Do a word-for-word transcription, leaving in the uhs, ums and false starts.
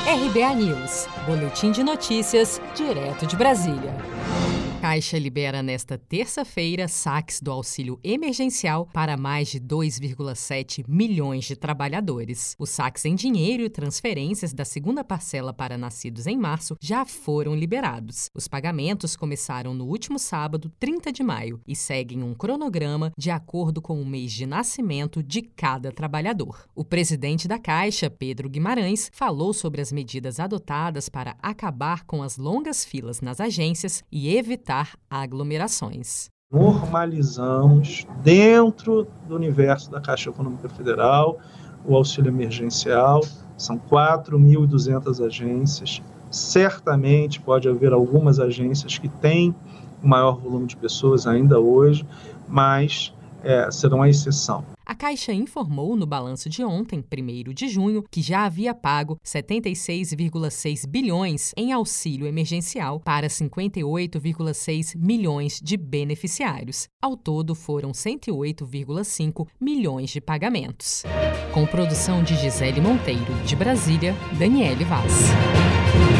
R B A News, boletim de notícias, direto de Brasília. Caixa libera nesta terça-feira saques do auxílio emergencial para mais de dois vírgula sete milhões de trabalhadores. Os saques em dinheiro e transferências da segunda parcela para nascidos em março já foram liberados. Os pagamentos começaram no último sábado, trinta de maio, e seguem um cronograma de acordo com o mês de nascimento de cada trabalhador. O presidente da Caixa, Pedro Guimarães, falou sobre as medidas adotadas para acabar com as longas filas nas agências e evitar aglomerações. Normalizamos, dentro do universo da Caixa Econômica Federal, o auxílio emergencial. São quatro mil e duzentas agências. Certamente pode haver algumas agências que têm o maior volume de pessoas ainda hoje, mas é, serão a exceção. A Caixa informou no balanço de ontem, primeiro de junho, que já havia pago setenta e seis vírgula seis bilhões em auxílio emergencial para cinquenta e oito vírgula seis milhões de beneficiários. Ao todo, foram cento e oito vírgula cinco milhões de pagamentos. Com produção de Gisele Monteiro, de Brasília, Daniele Vaz.